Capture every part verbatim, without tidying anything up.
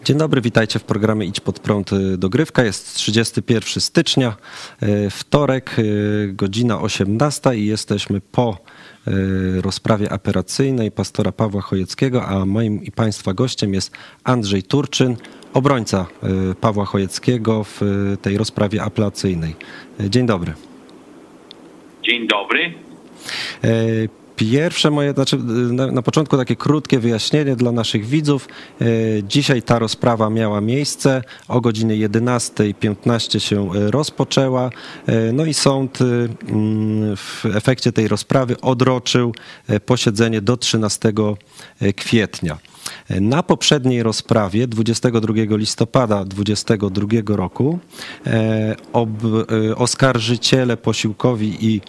Dzień dobry, witajcie w programie Idź Pod Prąd Dogrywka. Jest trzydziestego pierwszego stycznia, wtorek, godzina osiemnasta i jesteśmy po rozprawie apelacyjnej pastora Pawła Chojeckiego, a moim i Państwa gościem jest Andrzej Turczyn, obrońca Pawła Chojeckiego w tej rozprawie apelacyjnej. Dzień dobry. Dzień dobry. Pierwsze moje, znaczy na, na początku takie krótkie wyjaśnienie dla naszych widzów. Dzisiaj ta rozprawa miała miejsce, o godzinie jedenastej piętnaście się rozpoczęła, no i sąd w efekcie tej rozprawy odroczył posiedzenie do trzynastego kwietnia. Na poprzedniej rozprawie dwudziestego drugiego listopada dwudziestego drugiego roku ob, oskarżyciele posiłkowi i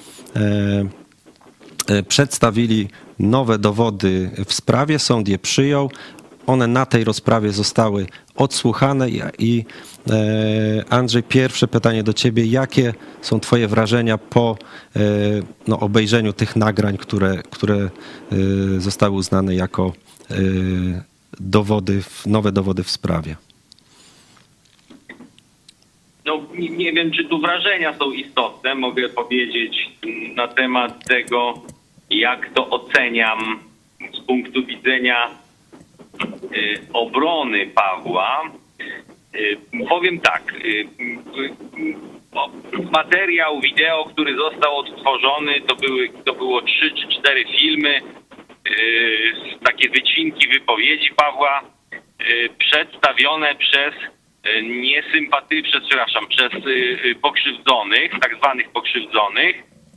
przedstawili nowe dowody w sprawie, sąd je przyjął. One na tej rozprawie zostały odsłuchane i, i Andrzej, pierwsze pytanie do ciebie. Jakie są twoje wrażenia po no, obejrzeniu tych nagrań, które, które zostały uznane jako dowody, nowe dowody w sprawie? No nie, nie wiem, czy tu wrażenia są istotne. Mogę powiedzieć na temat tego, jak to oceniam z punktu widzenia y, obrony Pawła. Y, powiem tak, y, y, y, materiał wideo, który został odtworzony, to były, to było trzy czy cztery filmy, y, takie wycinki wypowiedzi Pawła, y, przedstawione przez niesympatyczne, przepraszam, przez pokrzywdzonych, tak zwanych pokrzywdzonych.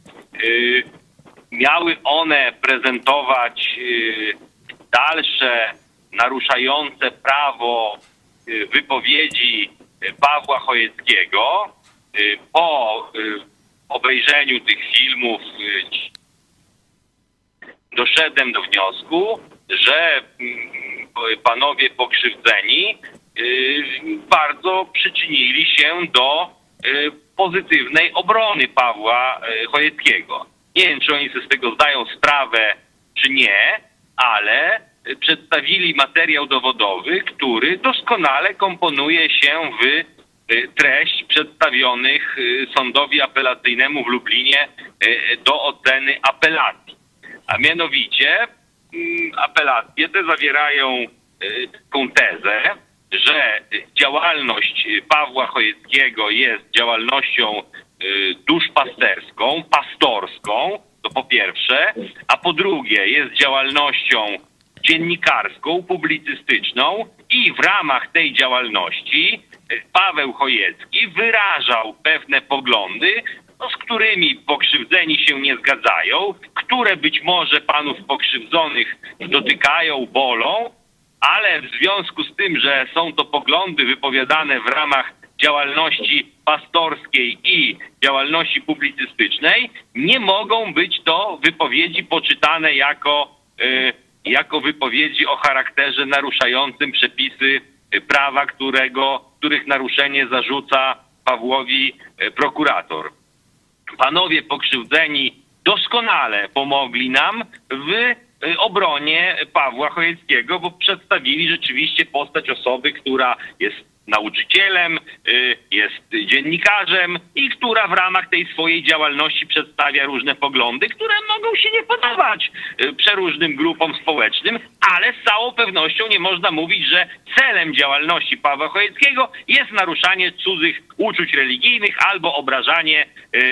Miały one prezentować dalsze naruszające prawo wypowiedzi Pawła Chojeckiego. Po obejrzeniu tych filmów doszedłem do wniosku, że panowie pokrzywdzeni bardzo przyczynili się do pozytywnej obrony Pawła Chojeckiego. Nie wiem, czy oni sobie z tego zdają sprawę, czy nie, ale przedstawili materiał dowodowy, który doskonale komponuje się w treść przedstawionych sądowi apelacyjnemu w Lublinie do oceny apelacji. A mianowicie apelacje te zawierają taką tezę, że działalność Pawła Chojeckiego jest działalnością duszpasterską, pastorską, to po pierwsze, a po drugie jest działalnością dziennikarską, publicystyczną i w ramach tej działalności Paweł Chojecki wyrażał pewne poglądy, no, z którymi pokrzywdzeni się nie zgadzają, które być może panów pokrzywdzonych dotykają, bolą, ale w związku z tym, że są to poglądy wypowiadane w ramach działalności pastorskiej i działalności publicystycznej, nie mogą być to wypowiedzi poczytane jako, y, jako wypowiedzi o charakterze naruszającym przepisy prawa, którego, których naruszenie zarzuca Pawłowi prokurator. Panowie pokrzywdzeni doskonale pomogli nam w obronie Pawła Chojeckiego, bo przedstawili rzeczywiście postać osoby, która jest nauczycielem, jest dziennikarzem i która w ramach tej swojej działalności przedstawia różne poglądy, które mogą się nie podobać przeróżnym grupom społecznym, ale z całą pewnością nie można mówić, że celem działalności Pawła Chojeckiego jest naruszanie cudzych uczuć religijnych albo obrażanie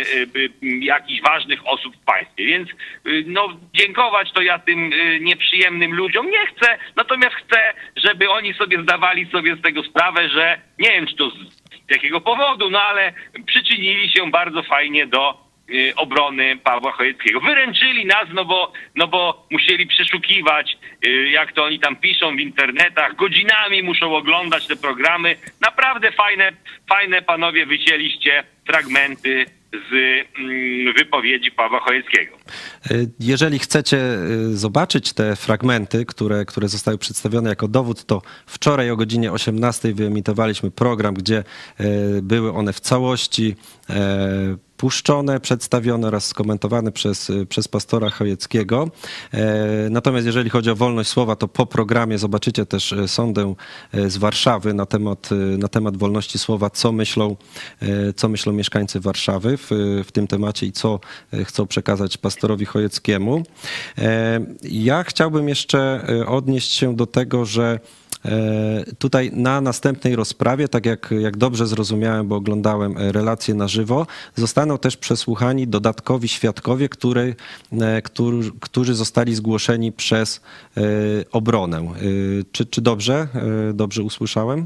jakichś ważnych osób w państwie. Więc no, dziękować to ja tym nieprzyjemnym ludziom nie chcę, natomiast chcę, żeby oni sobie zdawali sobie z tego sprawę, że nie wiem, czy to z jakiego powodu, no ale przyczynili się bardzo fajnie do y, obrony Pawła Chojeckiego. Wyręczyli nas, no bo, no bo musieli przeszukiwać, y, jak to oni tam piszą w internetach, godzinami muszą oglądać te programy. Naprawdę fajne, fajne panowie wycięliście fragmenty z mm, wypowiedzi Pawła Chojeckiego. Jeżeli chcecie zobaczyć te fragmenty, które, które zostały przedstawione jako dowód, to wczoraj o godzinie osiemnastej wyemitowaliśmy program, gdzie były one w całości puszczone, przedstawione oraz skomentowane przez, przez pastora Chojeckiego. Natomiast jeżeli chodzi o wolność słowa, to po programie zobaczycie też sondę z Warszawy na temat, na temat wolności słowa, co myślą, co myślą mieszkańcy Warszawy w, w tym temacie i co chcą przekazać pastorowi Chojeckiemu. Ja chciałbym jeszcze odnieść się do tego, że tutaj na następnej rozprawie, tak jak, jak dobrze zrozumiałem, bo oglądałem relacje na żywo, zostaną też przesłuchani dodatkowi świadkowie, który, którzy, którzy zostali zgłoszeni przez obronę. Czy, czy dobrze, dobrze usłyszałem?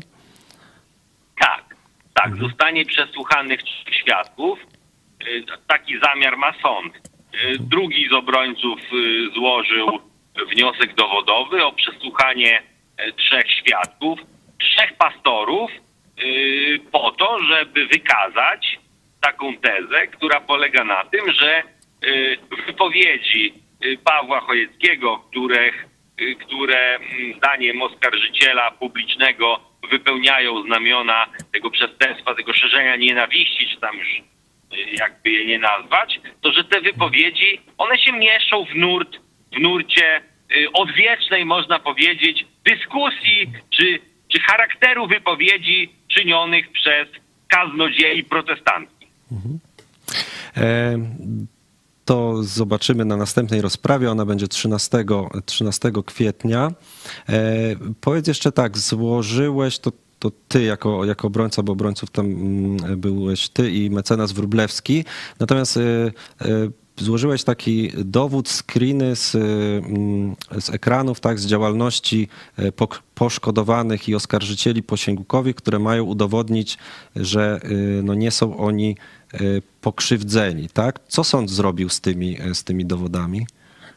Tak, tak. Zostanie przesłuchanych trzech świadków. Taki zamiar ma sąd. Drugi z obrońców złożył wniosek dowodowy o przesłuchanie trzech świadków, trzech pastorów yy, po to, żeby wykazać taką tezę, która polega na tym, że yy, wypowiedzi yy, Pawła Chojeckiego, których, yy, które yy, zdaniem oskarżyciela publicznego wypełniają znamiona tego przestępstwa, tego szerzenia nienawiści, czy tam już yy, jakby je nie nazwać, to że te wypowiedzi, one się mieszczą w nurt, w nurcie yy, odwiecznej, można powiedzieć, dyskusji czy, czy charakteru wypowiedzi czynionych przez kaznodziei protestanckich. Mhm. E, to zobaczymy na następnej rozprawie. Ona będzie trzynastego kwietnia. E, powiedz jeszcze tak, złożyłeś to to ty jako, jako obrońca, bo obrońców tam byłeś ty i mecenas Wróblewski. Natomiast e, e, złożyłeś taki dowód, screeny z, z ekranów, tak, z działalności poszkodowanych i oskarżycieli posiłkowych, które mają udowodnić, że no, nie są oni pokrzywdzeni. Tak? Co sąd zrobił z tymi, z tymi dowodami?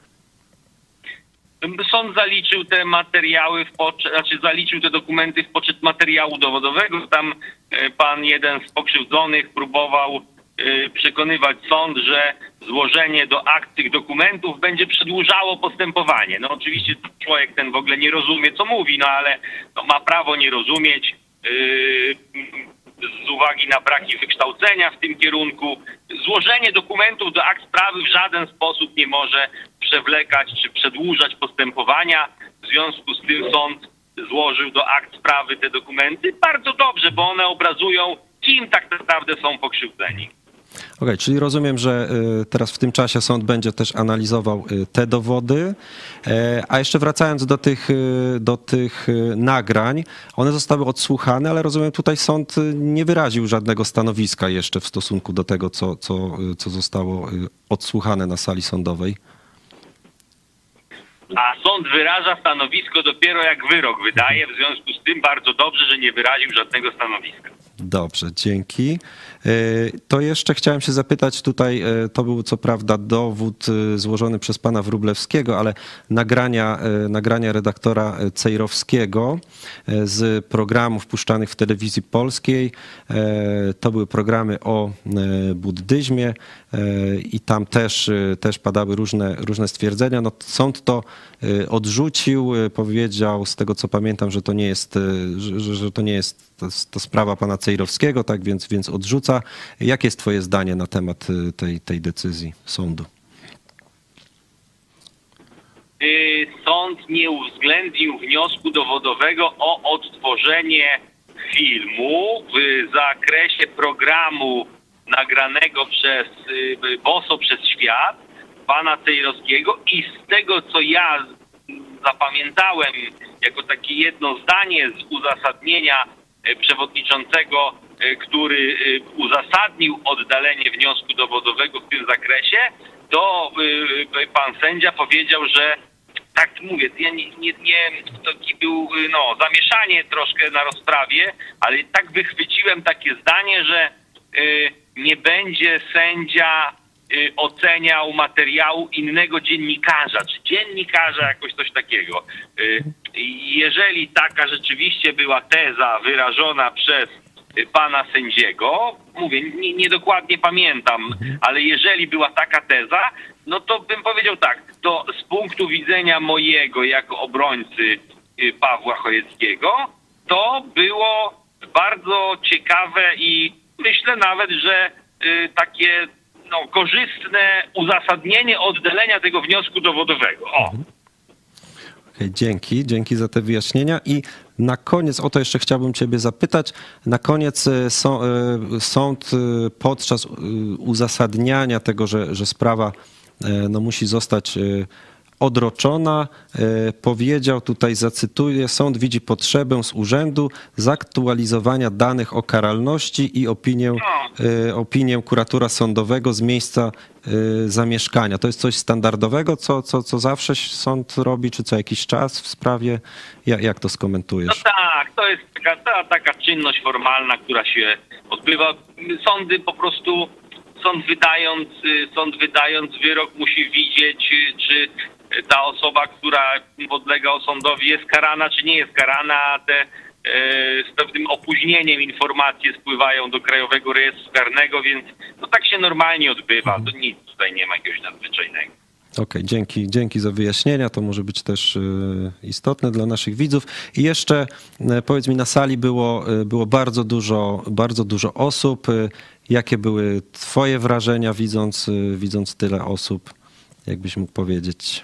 Sąd zaliczył te materiały, w poczet, znaczy zaliczył te dokumenty w poczet materiału dowodowego. Tam pan jeden z pokrzywdzonych próbował przekonywać sąd, że złożenie do akt tych dokumentów będzie przedłużało postępowanie. No oczywiście człowiek ten w ogóle nie rozumie, co mówi, no ale no, ma prawo nie rozumieć yy, z uwagi na braki wykształcenia w tym kierunku. Złożenie dokumentów do akt sprawy w żaden sposób nie może przewlekać czy przedłużać postępowania. W związku z tym sąd złożył do akt sprawy te dokumenty. Bardzo dobrze, bo one obrazują, kim tak naprawdę są pokrzywdzeni. Okej, okay, czyli rozumiem, że teraz w tym czasie sąd będzie też analizował te dowody. A jeszcze wracając do tych, do tych nagrań, one zostały odsłuchane, ale rozumiem, tutaj sąd nie wyraził żadnego stanowiska jeszcze w stosunku do tego, co, co, co zostało odsłuchane na sali sądowej. A sąd wyraża stanowisko dopiero jak wyrok wydaje, w związku z tym bardzo dobrze, że nie wyraził żadnego stanowiska. Dobrze, dzięki. To jeszcze chciałem się zapytać tutaj, to był co prawda dowód złożony przez pana Wróblewskiego, ale nagrania, nagrania redaktora Cejrowskiego z programów puszczanych w telewizji polskiej. To były programy o buddyzmie i tam też, też padały różne, różne stwierdzenia. No, sąd to odrzucił, powiedział z tego co pamiętam, że to nie jest, że, że to nie jest to, to sprawa pana Cejrowskiego, tak więc, więc odrzuca. Jakie jest twoje zdanie na temat tej, tej decyzji sądu? Sąd nie uwzględnił wniosku dowodowego o odtworzenie filmu w zakresie programu nagranego przez Boso przez Świat pana Cejrowskiego i z tego, co ja zapamiętałem jako takie jedno zdanie z uzasadnienia przewodniczącego, który uzasadnił oddalenie wniosku dowodowego w tym zakresie, to pan sędzia powiedział, że tak mówię, ja nie, nie, nie taki był no, zamieszanie troszkę na rozprawie, ale tak wychwyciłem takie zdanie, że y, nie będzie sędzia y, oceniał materiału innego dziennikarza, czy dziennikarza, jakoś coś takiego. Y, jeżeli taka rzeczywiście była teza wyrażona przez pana sędziego, mówię, nie, niedokładnie pamiętam, ale jeżeli była taka teza, no to bym powiedział tak, to z punktu widzenia mojego jako obrońcy Pawła Chojeckiego, to było bardzo ciekawe i myślę nawet, że y, takie no, korzystne uzasadnienie oddalenia tego wniosku dowodowego. O. Okay, dzięki, dzięki za te wyjaśnienia. I na koniec, o to jeszcze chciałbym Ciebie zapytać, na koniec sąd podczas uzasadniania tego, że, że sprawa no, musi zostać odroczona, powiedział, tutaj zacytuję, sąd widzi potrzebę z urzędu zaktualizowania danych o karalności i opinię, opinię kuratora sądowego z miejsca zamieszkania. To jest coś standardowego, co, co, co zawsze sąd robi, czy co jakiś czas w sprawie? Jak, jak to skomentujesz? No tak, to jest taka, ta, taka czynność formalna, która się odbywa. Sądy po prostu, sąd wydając, sąd wydając wyrok musi widzieć, czy ta osoba, która podlega osądowi jest karana, czy nie jest karana, a te z pewnym opóźnieniem informacje spływają do Krajowego Rejestru Karnego, więc no tak się normalnie odbywa. To nic tutaj nie ma jakiegoś nadzwyczajnego. Okej, okay, dzięki, dzięki za wyjaśnienia. To może być też istotne dla naszych widzów. I jeszcze powiedz mi, na sali było, było bardzo dużo, bardzo dużo osób. Jakie były Twoje wrażenia, widząc, widząc tyle osób? Jakbyś mógł powiedzieć?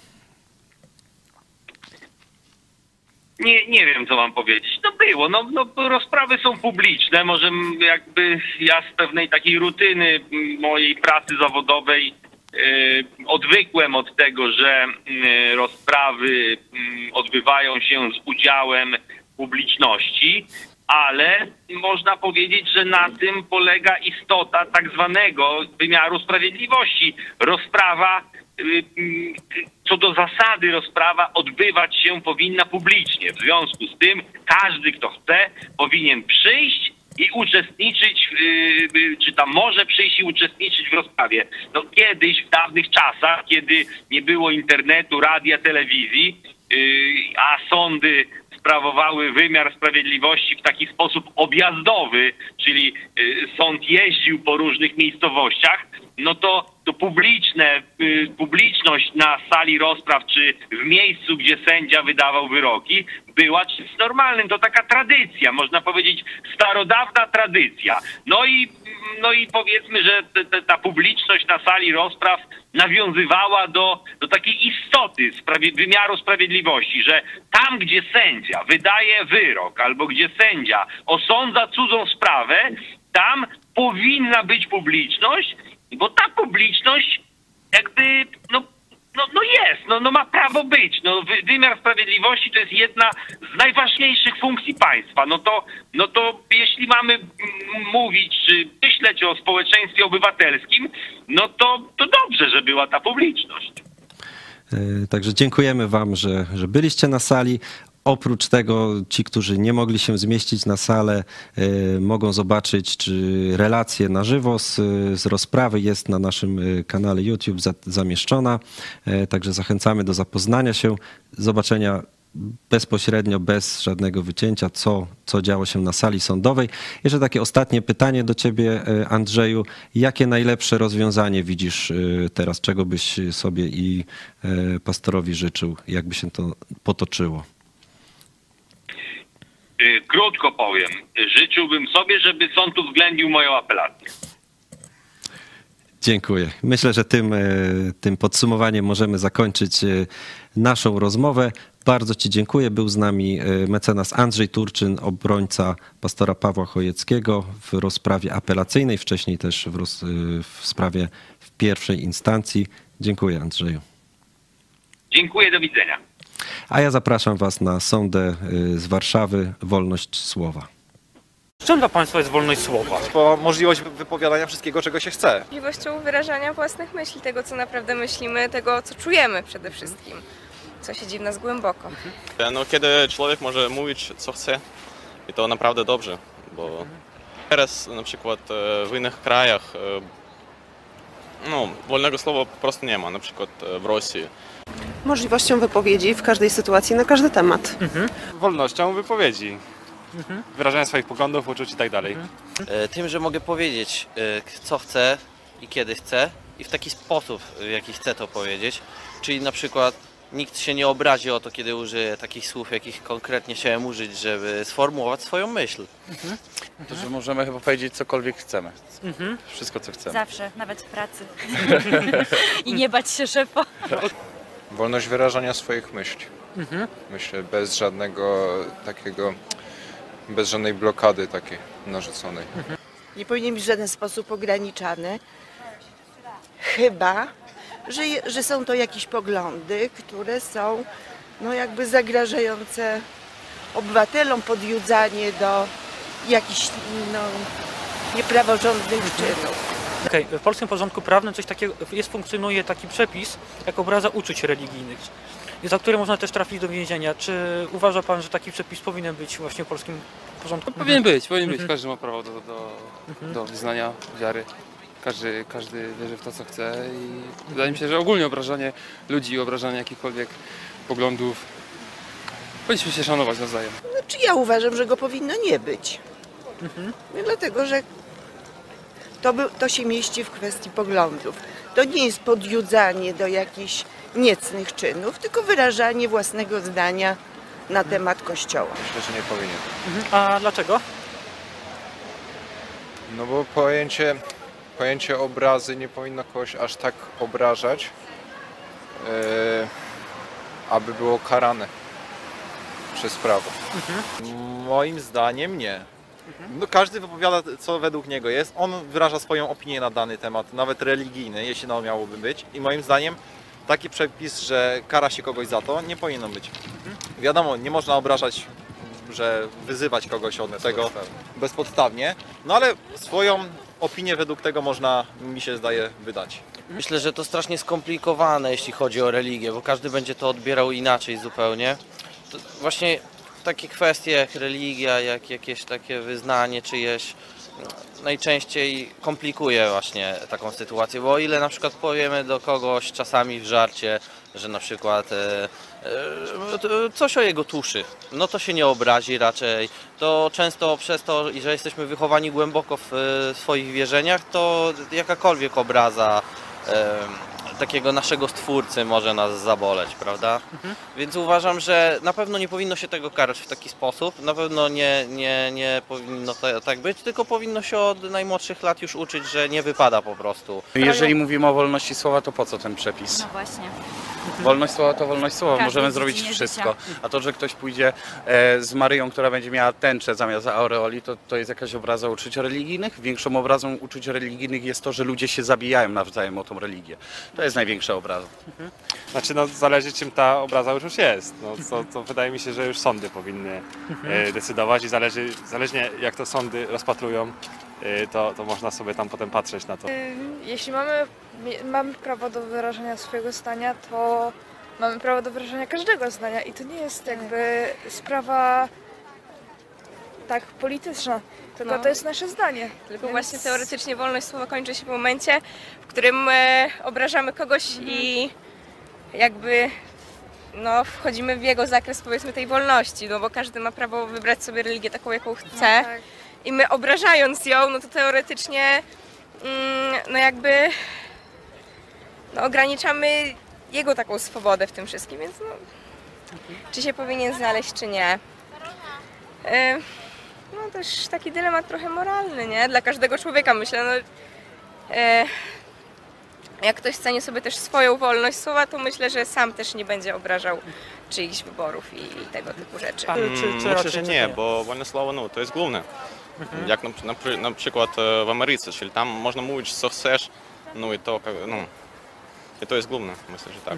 Nie, nie wiem, co mam powiedzieć. No było, no, no rozprawy są publiczne. Może jakby ja z pewnej takiej rutyny mojej pracy zawodowej yy, odwykłem od tego, że yy, rozprawy yy, odbywają się z udziałem publiczności, ale można powiedzieć, że na tym polega istota tak zwanego wymiaru sprawiedliwości. Rozprawa, co do zasady rozprawa odbywać się powinna publicznie. W związku z tym każdy, kto chce, powinien przyjść i uczestniczyć, czy tam może przyjść i uczestniczyć w rozprawie. No kiedyś, w dawnych czasach, kiedy nie było internetu, radia, telewizji, a sądy sprawowały wymiar sprawiedliwości w taki sposób objazdowy, czyli sąd jeździł po różnych miejscowościach, no to, to publiczne, publiczność na sali rozpraw czy w miejscu, gdzie sędzia wydawał wyroki, była czymś normalnym. To taka tradycja, można powiedzieć starodawna tradycja. No i, no i powiedzmy, że te, te, ta publiczność na sali rozpraw nawiązywała do, do takiej istoty sprawie, wymiaru sprawiedliwości, że tam, gdzie sędzia wydaje wyrok albo gdzie sędzia osądza cudzą sprawę, tam powinna być publiczność, bo ta publiczność jakby, no, no, no jest, no, no ma prawo być. No, wymiar sprawiedliwości to jest jedna z najważniejszych funkcji państwa. No to, no to jeśli mamy mówić, czy myśleć o społeczeństwie obywatelskim, no to, to dobrze, że była ta publiczność. Także dziękujemy wam, że, że byliście na sali. Oprócz tego ci, którzy nie mogli się zmieścić na salę, y, mogą zobaczyć czy relacje na żywo z, z rozprawy. Jest na naszym kanale YouTube za, zamieszczona. Y, także zachęcamy do zapoznania się, zobaczenia bezpośrednio, bez żadnego wycięcia, co, co działo się na sali sądowej. Jeszcze takie ostatnie pytanie do ciebie, Andrzeju. Jakie najlepsze rozwiązanie widzisz teraz? Czego byś sobie i pastorowi życzył? Jakby się to potoczyło? Krótko powiem. Życzyłbym sobie, żeby sąd uwzględnił moją apelację. Dziękuję. Myślę, że tym, tym podsumowaniem możemy zakończyć naszą rozmowę. Bardzo ci dziękuję. Był z nami mecenas Andrzej Turczyn, obrońca pastora Pawła Chojeckiego w rozprawie apelacyjnej, wcześniej też w, roz, w sprawie w pierwszej instancji. Dziękuję, Andrzeju. Dziękuję, do widzenia. A ja zapraszam was na sondę z Warszawy, wolność słowa. Czym dla państwa jest wolność słowa? To możliwość wypowiadania wszystkiego, czego się chce. Możliwością wyrażania własnych myśli, tego co naprawdę myślimy, tego co czujemy przede wszystkim, co siedzi w nas głęboko. No, kiedy człowiek może mówić co chce i to naprawdę dobrze, bo teraz na przykład w innych krajach no, wolnego słowa po prostu nie ma, na przykład w Rosji. Możliwością wypowiedzi w każdej sytuacji na każdy temat. Mhm. Wolnością wypowiedzi, mhm. wyrażania swoich poglądów, uczuć i tak dalej. Mhm. Tym, że mogę powiedzieć co chcę i kiedy chcę i w taki sposób, w jaki chcę to powiedzieć, czyli na przykład nikt się nie obrazi o to, kiedy użyję takich słów, jakich konkretnie chciałem użyć, żeby sformułować swoją myśl. Mhm. To, że możemy chyba powiedzieć cokolwiek chcemy. Mhm. Wszystko, co chcemy. Zawsze, nawet w pracy. I nie bać się szefa. Wolność wyrażania swoich myśli. Mhm. Myślę, bez żadnego takiego, bez żadnej blokady takiej narzuconej. Mhm. Nie powinien być w żaden sposób ograniczany, chyba, że, je, że są to jakieś poglądy, które są no jakby zagrażające obywatelom, podjudzanie do jakichś no, niepraworządnych czynów. Okej, w polskim porządku prawnym coś takiego jest, funkcjonuje taki przepis jak obraza uczuć religijnych, za które można też trafić do więzienia. Czy uważa pan, że taki przepis powinien być właśnie w polskim porządku? Powinien być, powinien być. Mhm. Każdy ma prawo do, do, Mhm. do wyznania wiary. Każdy, każdy wierzy w to, co chce i wydaje mi się, że ogólnie obrażanie ludzi, obrażanie jakichkolwiek poglądów powinniśmy się szanować nawzajem. Znaczy ja uważam, że go powinno nie być. Mhm. Dlatego, że to, by, to się mieści w kwestii poglądów. To nie jest podjudzanie do jakichś niecnych czynów, tylko wyrażanie własnego zdania na temat Kościoła. Myślę, że nie powinien. Mhm. A dlaczego? No bo pojęcie, pojęcie obrazy nie powinno kogoś aż tak obrażać, yy, aby było karane przez prawo. Moim zdaniem nie. No, każdy wypowiada, co według niego jest. On wyraża swoją opinię na dany temat, nawet religijny, jeśli to miałoby być. I moim zdaniem taki przepis, że kara się kogoś za to, nie powinno być. Wiadomo, nie można obrażać, że wyzywać kogoś od tego bezpodstawnie, no ale swoją opinię według tego można, mi się zdaje, wydać. Myślę, że to strasznie skomplikowane, jeśli chodzi o religię, bo każdy będzie to odbierał inaczej zupełnie. To właśnie takie kwestie jak religia, jak jakieś takie wyznanie czyjeś najczęściej komplikuje właśnie taką sytuację, bo o ile na przykład powiemy do kogoś czasami w żarcie, że na przykład e, e, coś o jego tuszy, no to się nie obrazi raczej. To często przez to, że jesteśmy wychowani głęboko w e, swoich wierzeniach, to jakakolwiek obraza e, takiego naszego stwórcy może nas zaboleć, prawda? Mhm. Więc uważam, że na pewno nie powinno się tego karać w taki sposób, na pewno nie, nie, nie powinno to, tak być, tylko powinno się od najmłodszych lat już uczyć, że nie wypada po prostu. Jeżeli mówimy o wolności słowa, to po co ten przepis? No właśnie. Wolność słowa to wolność słowa, Każdej możemy zrobić dziedzinie wszystko. życia. A to, że ktoś pójdzie e, z Maryją, która będzie miała tęczę zamiast aureoli, to, to jest jakaś obraza uczuć religijnych? Większą obrazą uczuć religijnych jest to, że ludzie się zabijają nawzajem o tą religię. To jest największa obraza. Mhm. Znaczy, no zależy, czym ta obraza już jest. No, to, to wydaje mi się, że już sądy powinny Mhm. e, decydować i zależy, zależnie jak to sądy rozpatrują, e, to, to można sobie tam potem patrzeć na to. Jeśli mamy, mamy prawo do wyrażania swojego zdania, to mamy prawo do wyrażania każdego zdania i to nie jest jakby sprawa tak polityczna, tylko No. to jest nasze zdanie. Tylko Więc- właśnie teoretycznie wolność słowa kończy się w momencie, w którym e, obrażamy kogoś i jakby no, wchodzimy w jego zakres powiedzmy tej wolności, no bo każdy ma prawo wybrać sobie religię taką, jaką chce. I my obrażając ją, no to teoretycznie mm, no jakby no ograniczamy jego taką swobodę w tym wszystkim, więc no, czy się powinien znaleźć, czy nie. E, no też taki dylemat trochę moralny, nie? Dla każdego człowieka myślę, no e, jak ktoś ceni sobie też swoją wolność słowa, to myślę, że sam też nie będzie obrażał czyichś wyborów i, i tego typu rzeczy. A, czy, czy Myślę, raczej że to nie, bo wolne słowo no, to jest główne. Mhm. Jak na, na, przy- na przykład e, w Ameryce, czyli tam można mówić co chcesz, no i to, jak- no, i to jest główne, myślę, że tak.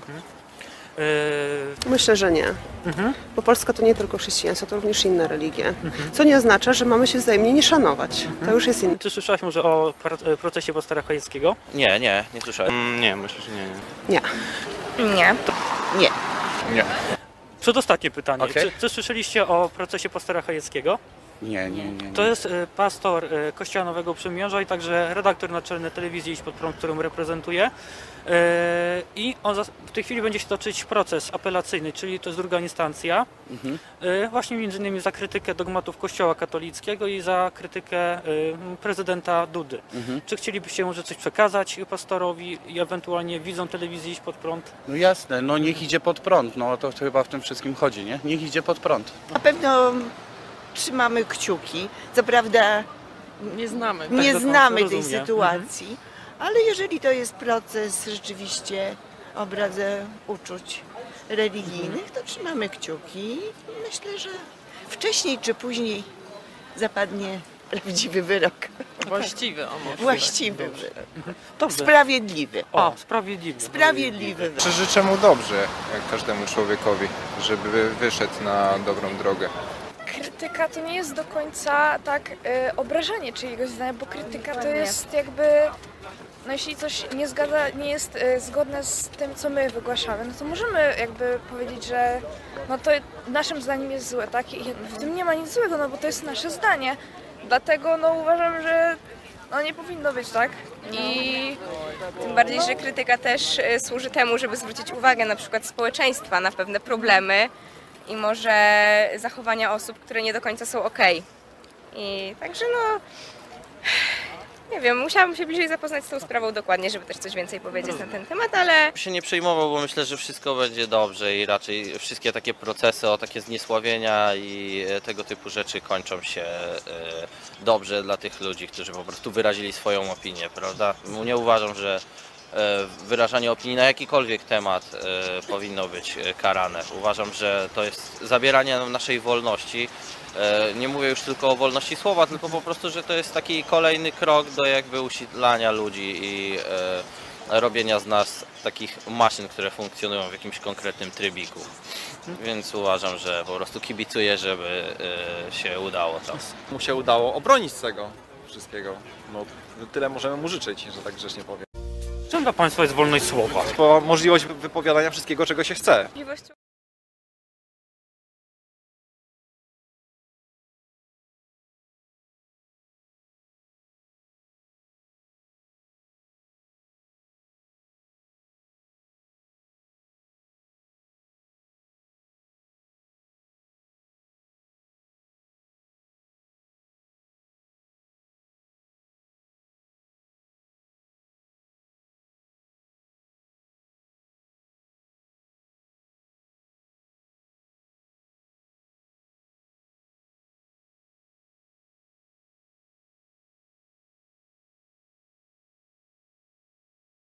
Yy, Myślę, że nie. mhm. Bo Polska to nie tylko chrześcijaństwo, to również inne religie. Co nie oznacza, że mamy się wzajemnie nie szanować. To już jest inne. Czy słyszałaś może o pra- procesie Powstania Chojeckiego? Nie, nie, nie słyszałem. Mm, nie, myślę, że nie. Nie. Nie. Nie. Nie. Przedostatnie pytanie. Okej. Czy, czy słyszeliście o procesie Powstania Chojeckiego? Nie, nie, nie. nie. To jest y, pastor y, Kościoła Nowego Przymierza i także redaktor naczelny telewizji Idź Pod Prąd, którą reprezentuję. Y, I on zas- w tej chwili będzie się toczyć proces apelacyjny, czyli to jest druga instancja. Mhm. Y, właśnie między innymi za krytykę dogmatów Kościoła katolickiego i za krytykę y, prezydenta Dudy. Mhm. Czy chcielibyście może coś przekazać pastorowi i ewentualnie widzom telewizji Idź Pod Prąd? No jasne, no niech idzie pod prąd, no to, to chyba w tym wszystkim chodzi, nie? Niech idzie pod prąd. Na pewno trzymamy kciuki. Co prawda Nie znamy. nie do końca znamy tej rozumiem. sytuacji, ale jeżeli to jest proces rzeczywiście obrazy uczuć religijnych, to trzymamy kciuki i myślę, że wcześniej czy później zapadnie prawdziwy wyrok. Właściwy, o może. Właściwy wyrok. Dobrze. Sprawiedliwy. O, sprawiedliwy. Sprawiedliwy wyrok. Życzę mu dobrze, jak każdemu człowiekowi, żeby wyszedł na dobrą drogę. Krytyka to nie jest do końca tak y, obrażanie czyjegoś zdania, bo krytyka to Dokładnie. jest jakby, no jeśli coś nie zgadza, nie jest y, zgodne z tym, co my wygłaszamy, no to możemy jakby powiedzieć, że no to naszym zdaniem jest złe, tak? I w tym nie ma nic złego, no bo to jest nasze zdanie. Dlatego no uważam, że no nie powinno być, tak? I tym bardziej, że krytyka też y, służy temu, żeby zwrócić uwagę na przykład społeczeństwa na pewne problemy i może zachowania osób, które nie do końca są okej. I także no, nie wiem, musiałabym się bliżej zapoznać z tą sprawą dokładnie, żeby też coś więcej powiedzieć na ten temat, ale się nie przejmował, bo myślę, że wszystko będzie dobrze i raczej wszystkie takie procesy o takie zniesławienia i tego typu rzeczy kończą się e, dobrze dla tych ludzi, którzy po prostu wyrazili swoją opinię, prawda? Nie uważam, że e, wyrażanie opinii na jakikolwiek temat e, powinno być e, karane. Uważam, że to jest zabieranie nam naszej wolności. E, Nie mówię już tylko o wolności słowa, tylko po prostu, że to jest taki kolejny krok do jakby usilania ludzi i e, robienia z nas takich maszyn, które funkcjonują w jakimś konkretnym trybiku. Więc uważam, że po prostu kibicuję, żeby e, się udało to. Mu się udało obronić tego wszystkiego. No, tyle możemy mu życzyć, że tak grzecznie powiem. Czym dla Państwa jest wolność słowa? Po możliwość wypowiadania wszystkiego, czego się chce. możliwością